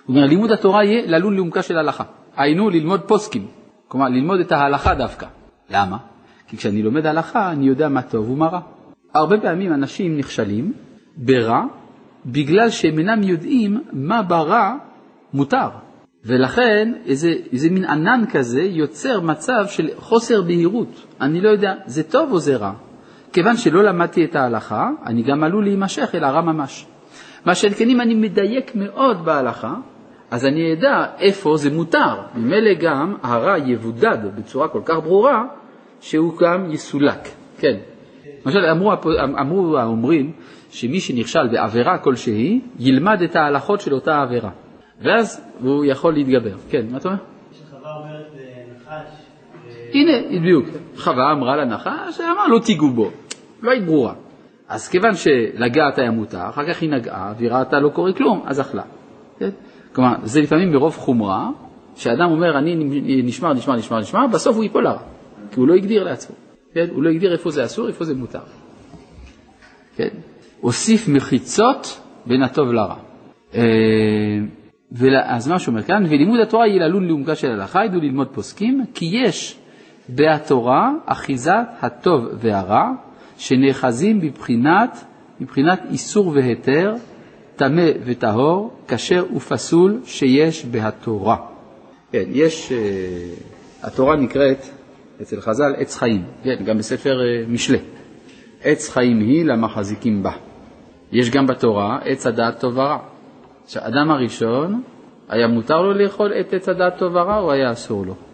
הוא אומר, לימוד התורה יהיה ללון לעומקה של הלכה. היינו ללמוד פוסקים, כלומר ללמוד את ההלכה דווקא. למה? כי כשאני לומד הלכה אני יודע מה טוב ומה רע. הרבה פעמים אנשים נכשלים ברע בגלל שהם אינם יודעים מה ברע מותר. ולכן איזה מין ענן כזה יוצר מצב של חוסר בהירות. אני לא יודע, זה טוב או זה רע? כיוון שלא למדתי את ההלכה, אני גם עלול להימשך אל הרע ממש. מה שאין אם אני מדייק מאוד בהלכה, אז אני יודע איפה זה מותר. ממילא גם הרע יבודד בצורה כל כך ברורה, שהוא גם יסולק. כן. למשל, אמרו האומרים שמי שנכשל בעבירה כלשהי, ילמד את ההלכות של אותה עבירה. ואז הוא יכול להתגבר. כן, מה אתה אומר? שחווה אומרת נחש. הנה, בדיוק. חווה אמרה לנחש, אמרה לא תיגעו בו. לא היית ברורה. אז כיוון שלגעת היה מותר, אחר כך היא נגעה, והיא ראתה לא קורה כלום, אז אכלה. כן? כלומר, זה לפעמים מרוב חומרה, שאדם אומר, אני נשמר, בסוף הוא ייפול לרע. כי הוא לא הגדיר לעצמו. כן? הוא לא הגדיר איפה זה אסור, איפה זה מותר. כן? הוסיף מחיצות בין הטוב לרע. אז מה שאומר כאן, ולימוד התורה יהיה ללון לעומקה של הלכה, ידעו ללמוד פוסקים, כי יש בתורה אחיזת הטוב והרע, שנאחזים מבחינת איסור והיתר, טמא וטהור, כשר ופסול שיש בהתורה. כן, התורה נקראת אצל חז"ל עץ חיים, כן, גם בספר משלי. עץ חיים היא למחזיקים בה. יש גם בתורה עץ הדעת טוב ורע. שהאדם הראשון היה מותר לו לאכול את עץ הדעת טוב ורע או היה אסור לו?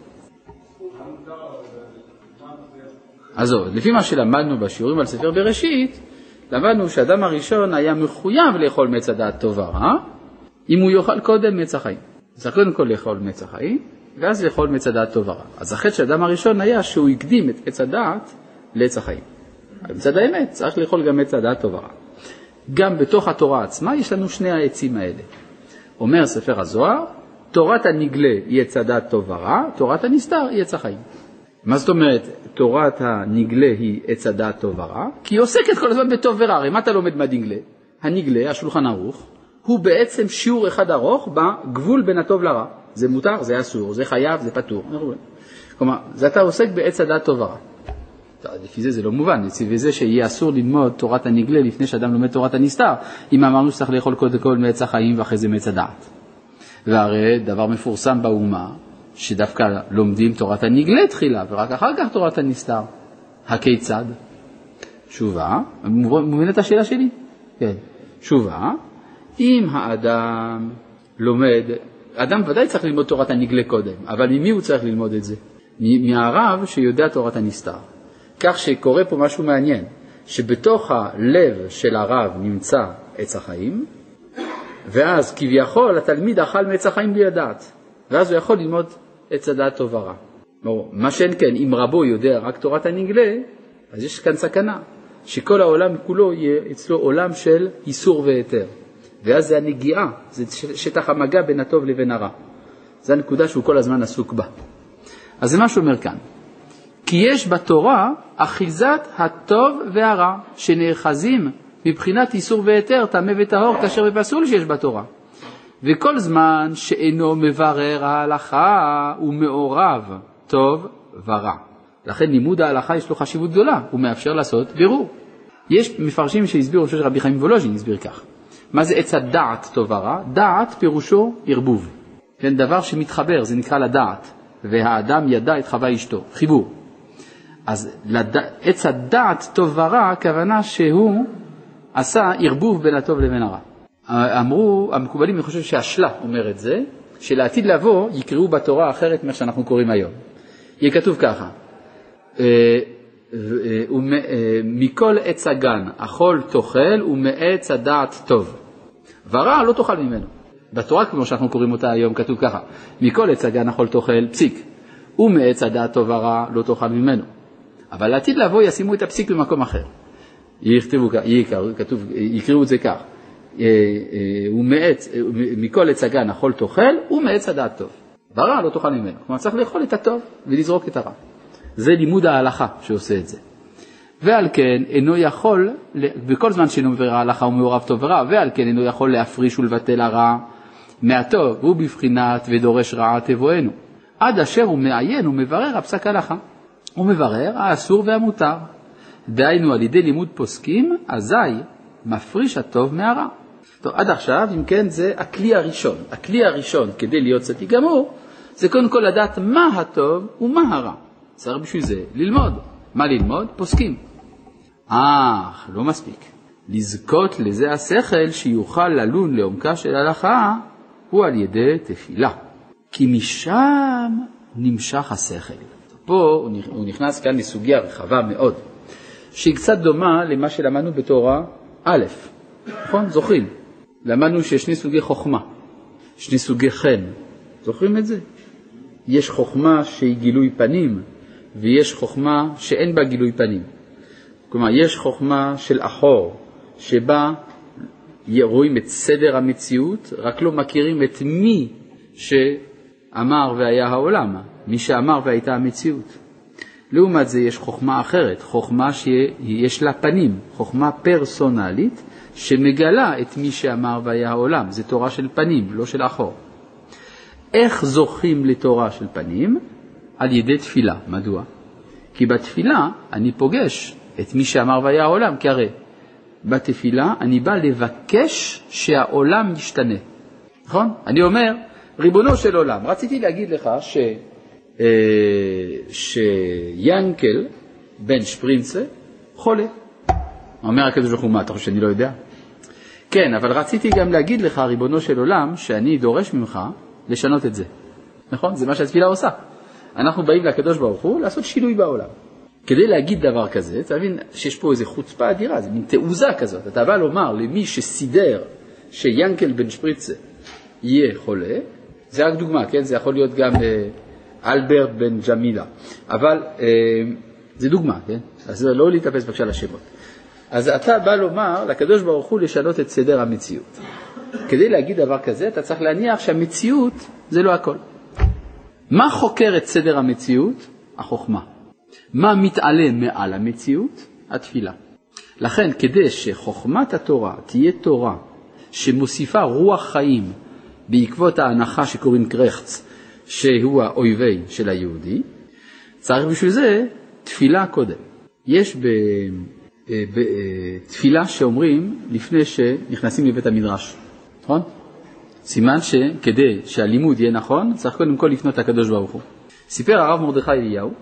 אז לפי מה שלמדנו בשיעורים על ספר בראשית, למדנו שהאדם הראשון היה מחויב לאכול מעץ הדעת טוב ורע, אם הוא יאכל קודם מעץ החיים. צריך קודם כל לאכול מעץ החיים, ואז לאכול מעץ הדעת טוב ורע. אז החטא של האדם הראשון היה שהוא הקדים את עץ הדעת לעץ החיים. מצד האמת, צריך לאכול גם מעץ הדעת טוב ורע. גם בתוך התורה עצמה יש לנו שני העצים האלה. אומר ספר הזוהר, תורת הנגלה היא עץ הדעת טוב ורע, תורת הנסתר היא עץ החיים. מה זאת אומרת, תורת הנגלה היא עץ הדעת טוב ורע? כי היא עוסקת כל הזמן בטוב ורע. הרי מה אתה לומד מהנגלה? הנגלה, השולחן ערוך, הוא בעצם שיעור אחד ארוך בגבול בין הטוב לרע. זה מותר, זה אסור, זה חייב, זה פטור. כלומר, זה אתה עוסק בעץ הדעת טוב ורע. לפי זה לא מובן, לפי זה שיהיה אסור ללמוד תורת הנגלה לפני שאדם לומד תורת הנסתר, אם אמרנו שצריך לאכול קודם כל מעץ החיים ואחרי זה מעץ הדעת. והרי דבר מפורסם באומה, שדווקא לומדים תורת הנגלה תחילה, ורק אחר כך תורת הנסתר. הכיצד? תשובה, מבין את השאלה שלי? כן. תשובה, אם האדם לומד, אדם ודאי צריך ללמוד תורת הנגלה קודם, אבל ממי הוא צריך ללמוד את זה? מהרב שיודע תורת הנסתר. כך שקורה פה משהו מעניין, שבתוך הלב של הרב נמצא עץ החיים, ואז כביכול התלמיד אכל מעץ החיים בלי לדעת, ואז הוא יכול ללמוד עץ הדעת טוב ורע. מה שאין כן, אם רבו יודע רק תורת הנגלה, אז יש כאן סכנה, שכל העולם כולו יהיה אצלו עולם של איסור והיתר. ואז זה הנגיעה, זה שטח המגע בין הטוב לבין הרע. זו הנקודה שהוא כל הזמן עסוק בה. אז זה מה שאומר כאן. כי יש בתורה אחיזת הטוב והרע, שנאחזים מבחינת איסור והיתר, טמא וטהור, כשר ופסול שיש בתורה. וכל זמן שאינו מברר ההלכה הוא מעורב טוב ורע. לכן לימוד ההלכה יש לו חשיבות גדולה, הוא מאפשר לעשות בירור. יש מפרשים שהסבירו, אני חושב שרבי חיים וולוז'ין הסביר כך. מה זה עץ הדעת טוב ורע? דעת פירושו ערבוב. כן, דבר שמתחבר, זה נקרא לדעת. והאדם ידע את חווה אשתו, חיבור. אז עץ הדעת טוב ורע, הכוונה שהוא עשה ערבוב בין הטוב לבין הרע. אמרו, המקובלים, אני חושב שהשלה אומר את זה, שלעתיד לבוא יקראו בתורה אחרת מה שאנחנו קוראים היום. יהיה כתוב ככה, מכל עץ הגן אכול תאכל ומעץ הדעת טוב. ורע לא תאכל ממנו. בתורה כמו שאנחנו קוראים אותה היום כתוב ככה, מכל עץ הגן אכול תאכל פסיק, ומעץ הדעת טוב ורע לא תאכל ממנו. אבל לעתיד לבוא ישימו את הפסיק במקום אחר. יקראו את זה כך, מכל עץ הגן אכול תאכל ומעץ הדעת טוב. ורע לא תאכל ממנו. כלומר צריך לאכול את הטוב ולזרוק את הרע. זה לימוד ההלכה שעושה את זה. ועל כן אינו יכול, בכל זמן שאינו מברר ההלכה הוא מעורב טוב ורע, ועל כן אינו יכול להפריש ולבטל הרע, מהטוב הוא בבחינת ודורש רעה תבואנו. עד אשר הוא מעיין ומברר הפסק הלכה. הוא מברר האסור והמותר. דהיינו על ידי לימוד פוסקים, אזי מפריש הטוב מהרע. טוב, עד עכשיו, אם כן, זה הכלי הראשון. הכלי הראשון כדי להיות צדיק גמור, זה קודם כל לדעת מה הטוב ומה הרע. צריך בשביל זה ללמוד. מה ללמוד? פוסקים. לא מספיק. לזכות לזה השכל שיוכל ללון לעומקה של הלכה, הוא על ידי תפילה. כי משם נמשך השכל. פה הוא נכנס כאן לסוגיה רחבה מאוד, שהיא קצת דומה למה שלמדנו בתורה א', נכון? זוכרים? למדנו שיש שני סוגי חוכמה, שני סוגי חן. זוכרים את זה? יש חוכמה שהיא גילוי פנים, ויש חוכמה שאין בה גילוי פנים. כלומר, יש חוכמה של אחור, שבה רואים את סדר המציאות, רק לא מכירים את מי שאמר והיה העולם, מי שאמר והייתה המציאות. לעומת זה יש חוכמה אחרת, חוכמה שיש לה פנים, חוכמה פרסונלית, שמגלה את מי שאמר והיה העולם. זה תורה של פנים, לא של אחור. איך זוכים לתורה של פנים? על ידי תפילה. מדוע? כי בתפילה אני פוגש את מי שאמר והיה העולם, כי הרי בתפילה אני בא לבקש שהעולם ישתנה. נכון? אני אומר, ריבונו של עולם, רציתי להגיד לך שיאנקל בן שפרינצה חולה. אומר הקדוש ברוך הוא, מה, אתה חושב שאני לא יודע? כן, אבל רציתי גם להגיד לך, ריבונו של עולם, שאני דורש ממך לשנות את זה. נכון? זה מה שהתפילה עושה. אנחנו באים לקדוש ברוך הוא לעשות שינוי בעולם. כדי להגיד דבר כזה, אתה מבין שיש פה איזו חוצפה אדירה, זה מין תעוזה כזאת. אתה בא לומר למי שסידר שיאנקל בן שפרינצה יהיה חולה, זה רק דוגמה, כן? זה יכול להיות גם אלברט בן ג'מילה. אבל זה דוגמה, כן? אז לא להתאפס בבקשה לשמות. אז אתה בא לומר לקדוש ברוך הוא לשנות את סדר המציאות. כדי להגיד דבר כזה, אתה צריך להניח שהמציאות זה לא הכל. מה חוקר את סדר המציאות? החוכמה. מה מתעלה מעל המציאות? התפילה. לכן, כדי שחוכמת התורה תהיה תורה שמוסיפה רוח חיים בעקבות ההנחה שקוראים קרחץ, שהוא האויבי של היהודי, צריך בשביל זה תפילה קודם. יש בתפילה שאומרים לפני שנכנסים לבית המדרש, נכון? סימן שכדי שהלימוד יהיה נכון, צריך קודם כל לפנות לקדוש ברוך הוא. סיפר הרב מרדכי אליהו,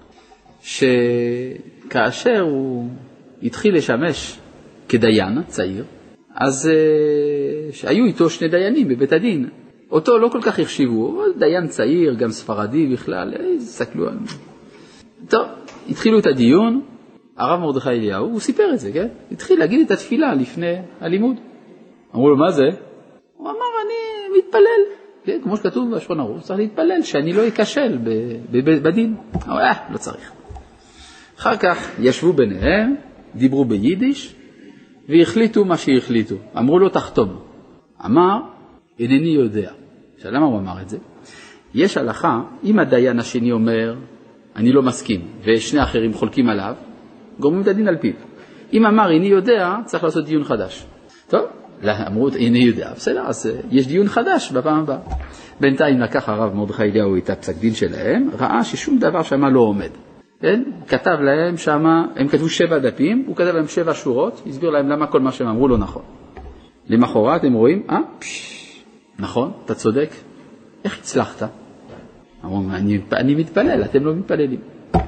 שכאשר הוא התחיל לשמש כדיין צעיר, אז היו איתו שני דיינים בבית הדין. אותו לא כל כך החשיבו, דיין צעיר, גם ספרדי בכלל, סתכלו עליו. טוב, התחילו את הדיון, הרב מרדכי אליהו, הוא סיפר את זה, כן? התחיל להגיד את התפילה לפני הלימוד. אמרו לו, מה זה? הוא אמר, אני מתפלל. כן? כמו שכתוב בשולחן ערוך, צריך להתפלל שאני לא אכשל בדין. אבל לא צריך. אחר כך ישבו ביניהם, דיברו ביידיש, והחליטו מה שהחליטו. אמרו לו, תחתום. אמר, אינני יודע. עכשיו, למה הוא אמר את זה? יש הלכה, אם הדיין השני אומר, אני לא מסכים, ושני אחרים חולקים עליו, גורמים את הדין על פיו. אם אמר, איני יודע, צריך לעשות דיון חדש. טוב, אמרו, איני יודע. בסדר, אז יש דיון חדש בפעם הבאה. בינתיים לקח הרב מרדכי אליהו את הפסק דין שלהם, ראה ששום דבר שמה לא עומד. כן? כתב להם שמה, הם כתבו 7 דפים, הוא כתב להם 7 שורות, הסביר להם למה כל מה שהם אמרו לא נכון. למחרת הם רואים, נכון, אתה צודק, איך הצלחת? אמרו, אני מתפלל, אתם לא מתפללים.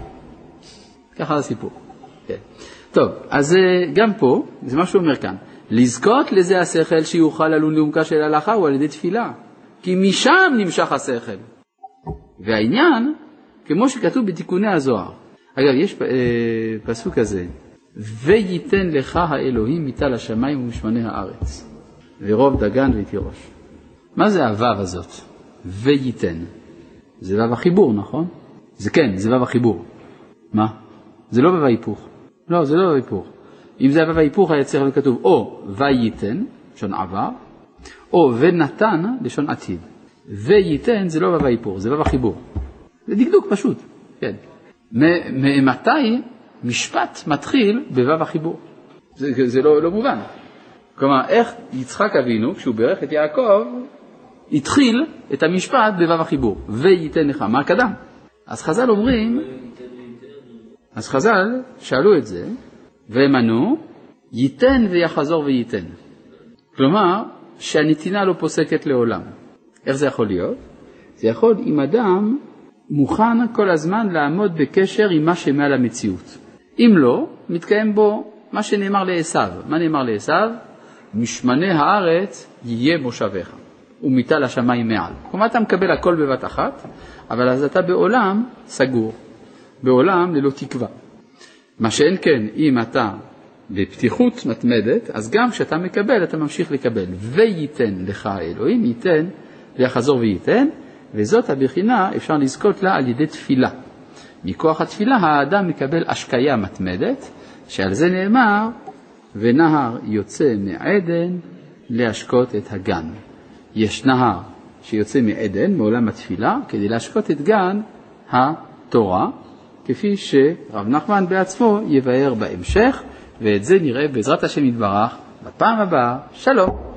ככה הסיפור. כן. טוב, אז גם פה, זה מה שהוא אומר כאן, לזכות לזה השכל שיוכל ללון לעומקה של הלכה הוא על ידי תפילה, כי משם נמשך השכל. והעניין, כמו שכתוב בתיקוני הזוהר, אגב, יש פסוק כזה, וייתן לך האלוהים מטל השמיים ומשמני הארץ, ורוב דגן ותירוש. מה זה הוו הזאת? וייתן. זה וו החיבור, נכון? זה כן, זה וו החיבור. מה? זה לא וו ההיפוך. לא, זה לא וו ההיפוך. אם זה וו ההיפוך היה צריך לכתוב או וייתן, לשון עבר, או ונתן, לשון עתיד. וייתן זה לא וו ההיפוך, זה וו החיבור. זה דקדוק פשוט, כן. מתי משפט מתחיל בוו החיבור? זה לא מובן. כלומר, איך יצחק אבינו, כשהוא ברך את יעקב, התחיל את המשפט בבב החיבור, וייתן לך, מה קדם? אז חז"ל אומרים, אז חז"ל שאלו את זה, והם ענו, ייתן ויחזור וייתן. כלומר, שהנתינה לא פוסקת לעולם. איך זה יכול להיות? זה יכול אם אדם מוכן כל הזמן לעמוד בקשר עם מה שמעל המציאות. אם לא, מתקיים בו מה שנאמר לעשיו. מה נאמר לעשיו? משמני הארץ יהיה מושבך, ומיטל השמיים מעל. כלומר, אתה מקבל הכל בבת אחת, אבל אז אתה בעולם סגור, בעולם ללא תקווה. מה שאין כן, אם אתה בפתיחות מתמדת, אז גם כשאתה מקבל, אתה ממשיך לקבל. וייתן לך אלוהים, ייתן ויחזור וייתן, וזאת הבחינה אפשר לזכות לה על ידי תפילה. מכוח התפילה האדם מקבל השקיה מתמדת, שעל זה נאמר, ונהר יוצא מעדן להשקות את הגן. יש נהר שיוצא מעדן, מעולם התפילה, כדי להשקות את גן התורה, כפי שרב נחמן בעצמו יבאר בהמשך, ואת זה נראה בעזרת השם יתברך בפעם הבאה. שלום.